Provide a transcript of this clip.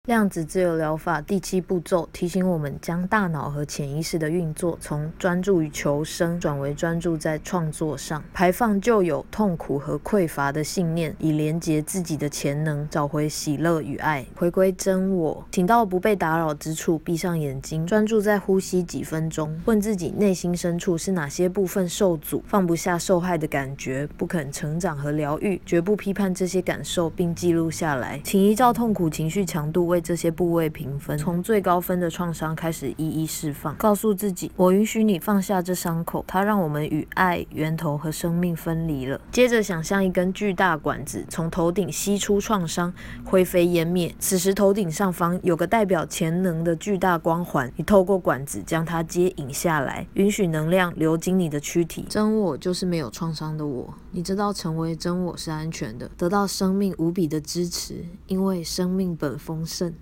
量子自由疗法第7步骤提醒我们，将大脑和潜意识的运作从专注于求生转为专注在创作上，排放旧有痛苦和匮乏的信念，以连结自己的潜能，找回喜乐与爱，回归真我。请到不被打扰之处，闭上眼睛，专注在呼吸几分钟，问自己内心深处是哪些部分受阻，放不下受害的感觉，不肯成长和疗愈，绝不批判这些感受并记录下来。请依照痛苦情绪强度为这些部位评分，从最高分的创伤开始一一释放。告诉自己，我允许你放下这伤口，它让我们与爱、源头和生命分离了。接着想象一根巨大管子从头顶吸出创伤，灰飞烟灭。此时头顶上方有个代表潜能的巨大光环，你透过管子将它接引下来，允许能量流经你的躯体。真我就是没有创伤的我，你知道成为真我是安全的，得到生命无比的支持，因为生命本丰盛。